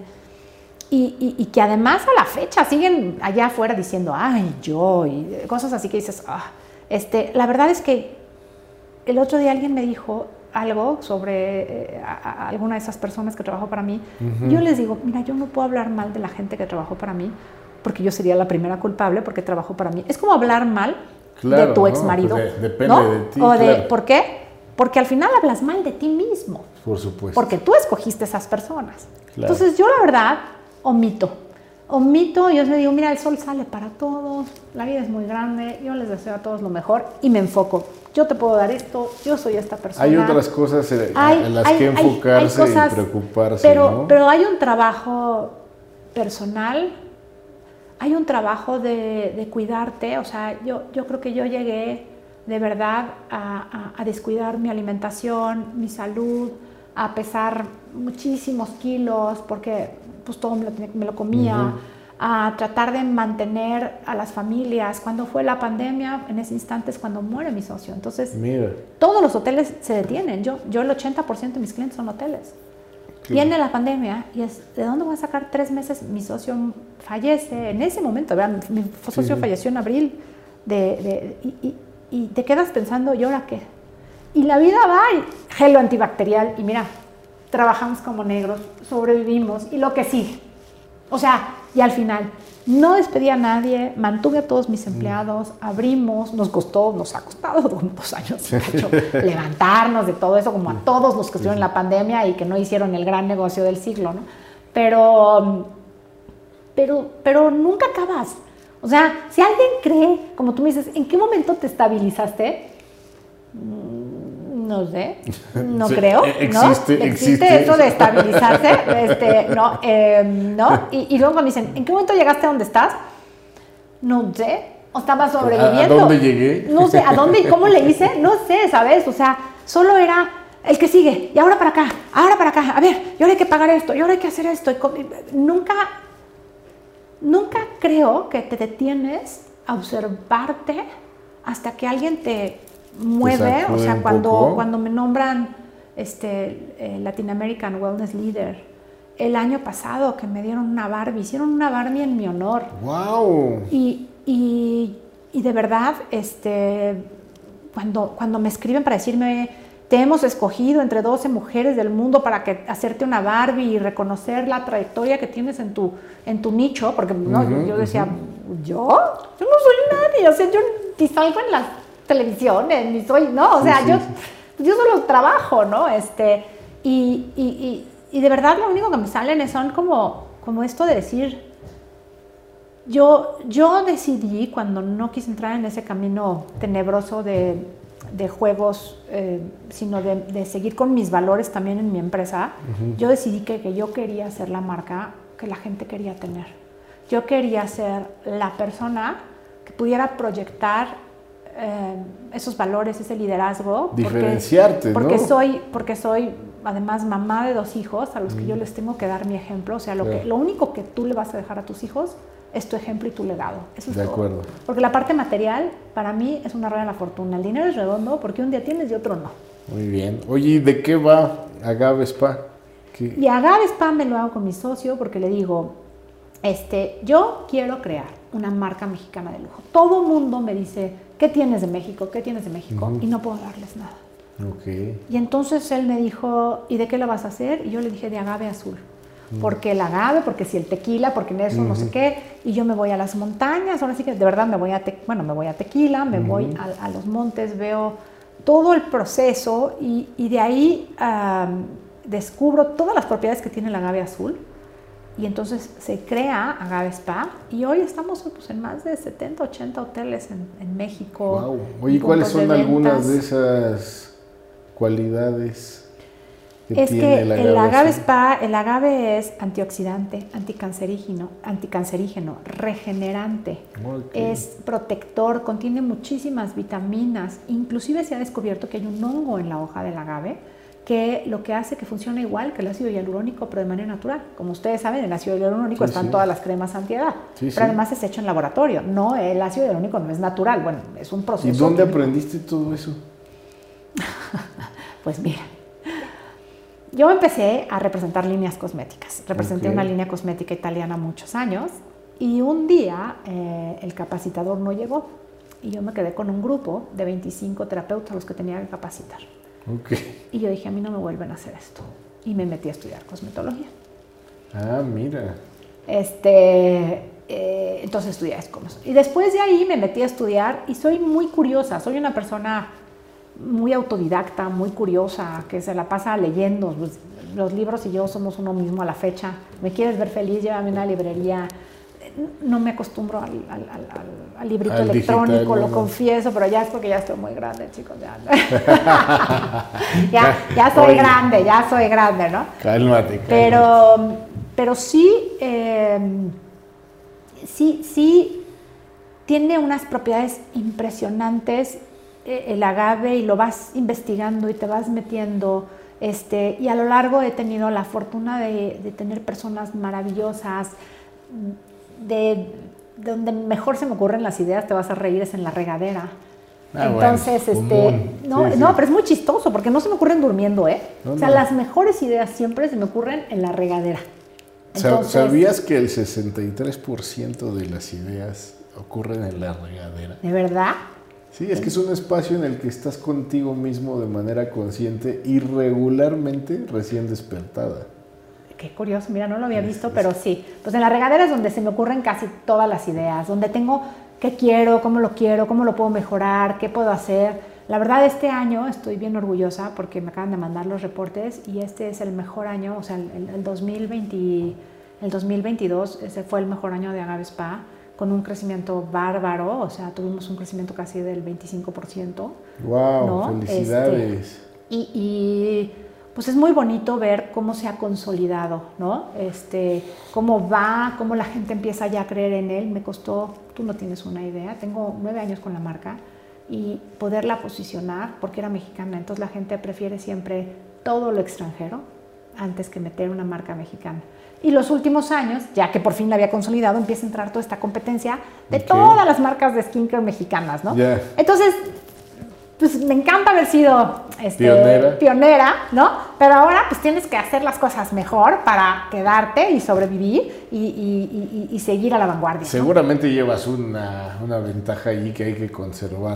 y, y, y que además a la fecha siguen allá afuera diciendo, ay, yo, y cosas así que dices, ah, este, la verdad es que el otro día alguien me dijo algo sobre eh, a, a alguna de esas personas que trabajó para mí. Uh-huh. Yo les digo, mira, yo no puedo hablar mal de la gente que trabajó para mí, porque yo sería la primera culpable porque trabajó para mí. Es como hablar mal claro, de tu ex marido. No, pues de, depende ¿no? de ti. O de, claro. ¿por qué? Porque al final hablas mal de ti mismo. Por supuesto. Porque tú escogiste esas personas. Claro. Entonces yo la verdad omito. Omito, yo les digo, mira, el sol sale para todos, la vida es muy grande, yo les deseo a todos lo mejor y me enfoco. Yo te puedo dar esto, yo soy esta persona. Hay otras cosas en, hay, en las hay, que enfocarse hay, hay cosas, y preocuparse, pero, ¿no? Pero hay un trabajo personal, hay un trabajo de, de cuidarte. O sea, yo, yo creo que yo llegué de verdad a, a, a descuidar mi alimentación, mi salud, a pesar muchísimos kilos, porque pues todo me lo, me lo comía, uh-huh. a tratar de mantener a las familias. Cuando fue la pandemia, en ese instante es cuando muere mi socio. Entonces, Mira. todos los hoteles se detienen. Yo, yo el ochenta por ciento de mis clientes son hoteles. Sí. Viene la pandemia y es, ¿de dónde voy a sacar tres meses? Mi socio fallece en ese momento. ¿Verdad? Mi socio sí. falleció en abril de, de, y, y, y te quedas pensando, ¿y ahora qué? Y la vida va, y gel antibacterial, y mira, trabajamos como negros, sobrevivimos, y lo que sigue. O sea, y al final, no despedí a nadie, mantuve a todos mis empleados, abrimos, nos costó, nos ha costado dos años hecho, levantarnos de todo eso, como a todos los que estuvieron en la pandemia y que no hicieron el gran negocio del siglo, ¿no? Pero, pero, pero nunca acabas. O sea, si alguien cree, como tú me dices, ¿en qué momento te estabilizaste? No sé, no sí, creo, existe, ¿no? Existe, existe eso de estabilizarse, este, no, eh, ¿no? Y, y luego me dicen, ¿en qué momento llegaste a donde estás? No sé, o estaba sobreviviendo. ¿A dónde llegué? No sé, ¿a dónde y cómo le hice? No sé, ¿sabes? O sea, solo era el que sigue, y ahora para acá, ahora para acá, a ver, y ahora hay que pagar esto, y ahora hay que hacer esto. Y nunca, nunca creo que te detienes a observarte hasta que alguien te mueve. O sea, cuando, cuando me nombran este, eh, Latin American Wellness Leader el año pasado, que me dieron una Barbie, hicieron una Barbie en mi honor. ¡Wow! Y, y, y de verdad, este, cuando, cuando me escriben para decirme, te hemos escogido entre doce mujeres del mundo para que, hacerte una Barbie y reconocer la trayectoria que tienes en tu, en tu nicho, porque no, uh-huh, yo, yo decía, uh-huh. ¿yo? Yo no soy nadie, o sea, yo ni salgo en las televisiones, ni soy, ¿no? O sea, sí, sí, yo, sí. yo solo trabajo, ¿no? Este, y, y, y, y de verdad lo único que me salen son como, como esto de decir, yo, yo decidí, cuando no quise entrar en ese camino tenebroso de, de juegos, eh, sino de, de seguir con mis valores también en mi empresa, uh-huh. yo decidí que, que yo quería ser la marca que la gente quería tener. Yo quería ser la persona que pudiera proyectar Eh, esos valores, ese liderazgo. Diferenciarte, porque, porque ¿no? soy, porque soy además mamá de dos hijos a los que mm. yo les tengo que dar mi ejemplo. O sea, lo, claro. que, lo único que tú le vas a dejar a tus hijos es tu ejemplo y tu legado. Eso es de todo. acuerdo. Porque la parte material, para mí, es una rueda de la fortuna. El dinero es redondo porque un día tienes y otro no. Muy bien. Oye, ¿de qué va Agave Spa? ¿Qué? Y Agave Spa me lo hago con mi socio porque le digo, este, yo quiero crear una marca mexicana de lujo. Todo mundo me dice, ¿qué tienes de México? ¿Qué tienes de México? Uh-huh. Y no puedo darles nada. Okay. Y entonces él me dijo, ¿y de qué lo vas a hacer? Y yo le dije, de agave azul. Uh-huh. Porque el agave, porque si el tequila, porque en eso uh-huh. no sé qué. Y yo me voy a las montañas, ahora sí que de verdad me voy a, te- bueno, me voy a Tequila, me uh-huh. voy a, a los montes, veo todo el proceso y, y de ahí um, descubro todas las propiedades que tiene el agave azul. Y entonces se crea Agave Spa y hoy estamos pues, en más de setenta, ochenta hoteles en, en México. Wow. Oye, ¿cuáles son algunas de esas cualidades que es tiene que el agave? el agave azul? Spa, el agave es antioxidante, anticancerígeno, anticancerígeno, regenerante, okay. Es protector, contiene muchísimas vitaminas. Inclusive se ha descubierto que hay un hongo en la hoja del agave que lo que hace que funcione igual que el ácido hialurónico, pero de manera natural. Como ustedes saben, el ácido hialurónico sí, están sí. todas las cremas antiedad, sí, pero sí. además es hecho en laboratorio. No, el ácido hialurónico no es natural, bueno, es un proceso. ¿Y dónde químico. aprendiste todo eso? Pues mira, yo empecé a representar líneas cosméticas. Representé okay. una línea cosmética italiana muchos años y un día eh, el capacitador no llegó y yo me quedé con un grupo de veinticinco terapeutas a los que tenía que capacitar. Okay. Y yo dije, a mí no me vuelven a hacer esto. Y me metí a estudiar cosmetología. Ah, mira. Este, eh, entonces estudié cosmetología. Y después de ahí me metí a estudiar y soy muy curiosa. Soy una persona muy autodidacta, muy curiosa, que se la pasa leyendo. Los, los libros y yo somos uno mismo a la fecha. ¿Me quieres ver feliz? Llévame a una librería. No me acostumbro al, al, al, al librito al electrónico, digital, lo no. confieso, pero ya es porque ya estoy muy grande, chicos. Ya, ya, ya soy Oye. grande, ya soy grande, ¿no? Cálmate, cálmate. Pero, pero sí, eh, sí, sí tiene unas propiedades impresionantes eh, el agave y lo vas investigando y te vas metiendo. Este, y a lo largo he tenido la fortuna de, de tener personas maravillosas. De, de donde mejor se me ocurren las ideas, te vas a reír, es en la regadera. Ah, Entonces, bueno, este, no, sí, sí. no, pero es muy chistoso porque no se me ocurren durmiendo, ¿eh? No, o sea, no. las mejores ideas siempre se me ocurren en la regadera. Entonces, ¿sabías que el sesenta y tres por ciento de las ideas ocurren en la regadera? ¿De verdad? Sí, es que es un espacio en el que estás contigo mismo de manera consciente y regularmente recién despertada. Qué curioso, mira, no lo había visto, pero sí. Pues en la regadera es donde se me ocurren casi todas las ideas, donde tengo qué quiero, cómo lo quiero, cómo lo puedo mejorar, qué puedo hacer. La verdad, este año estoy bien orgullosa porque me acaban de mandar los reportes y este es el mejor año, o sea, el, el, dos mil veinte, el dos mil veintidós, ese fue el mejor año de Agave Spa, con un crecimiento bárbaro, o sea, tuvimos un crecimiento casi del veinticinco por ciento. ¡Wow! ¿No? ¡Felicidades! Este, y... y pues es muy bonito ver cómo se ha consolidado, ¿no? Este, cómo va, cómo la gente empieza ya a creer en él. Me costó, tú no tienes una idea, tengo nueve años con la marca y poderla posicionar, porque era mexicana, entonces la gente prefiere siempre todo lo extranjero antes que meter una marca mexicana. Y los últimos años, ya que por fin la había consolidado, empieza a entrar toda esta competencia de okay. todas las marcas de skincare mexicanas, ¿no? Yeah. Entonces, pues me encanta haber sido este, pionera. pionera, ¿no? Pero ahora pues tienes que hacer las cosas mejor para quedarte y sobrevivir y, y, y, y seguir a la vanguardia. Seguramente ¿no? llevas una, una ventaja allí que hay que conservar.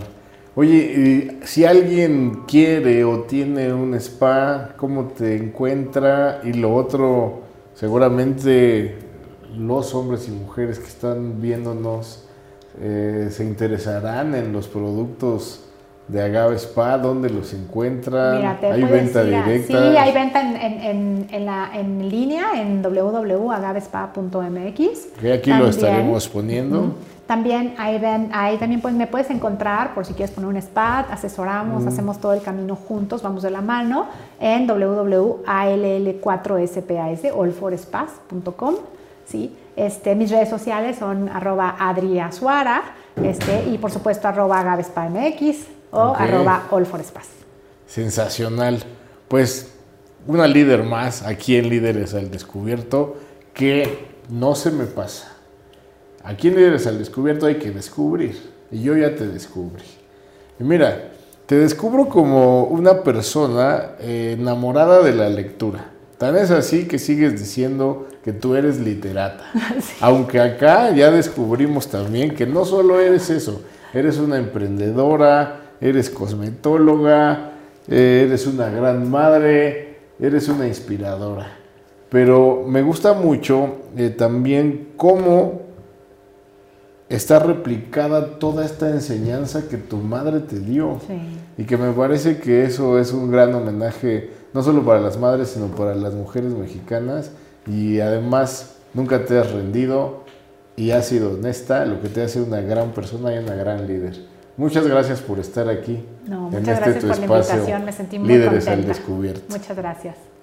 Oye, si alguien quiere o tiene un spa, ¿cómo te encuentra? Y lo otro, seguramente los hombres y mujeres que están viéndonos eh, se interesarán en los productos de Agave Spa. ¿Dónde los encuentran? Mira, te ¿Hay venta decir, directa? Sí, hay venta en, en, en, en, la, en línea en doble u doble u doble u punto agave spa punto m x. Que aquí también lo estaremos poniendo. Uh-huh. También ahí, ven, ahí también pues, me puedes encontrar por si quieres poner un spa, asesoramos, uh-huh. hacemos todo el camino juntos, vamos de la mano en doble u doble u doble u punto a l l cuatro s p a s all for spas punto com. ¿Sí? Este, mis redes sociales son arroba adriazuara este, y por supuesto arroba agavespamx o okay. arroba all for spas. Sensacional. Pues una líder más aquí en Líderes al Descubierto que no se me pasa. Aquí en Líderes al Descubierto hay que descubrir y yo ya te descubrí. Y mira, te descubro como una persona eh, enamorada de la lectura. Tan es así que sigues diciendo que tú eres literata. Sí. Aunque acá ya descubrimos también que no solo eres eso, eres una emprendedora, eres cosmetóloga, eres una gran madre, eres una inspiradora. Pero me gusta mucho eh, también cómo está replicada toda esta enseñanza que tu madre te dio. Sí. Y que me parece que eso es un gran homenaje, no solo para las madres, sino para las mujeres mexicanas. Y además, nunca te has rendido y has sido honesta, lo que te hace una gran persona y una gran líder. Muchas gracias por estar aquí. No, en muchas este gracias tu por espacio, la invitación, me sentí muy Líderes contenta. al Descubierto. Muchas gracias.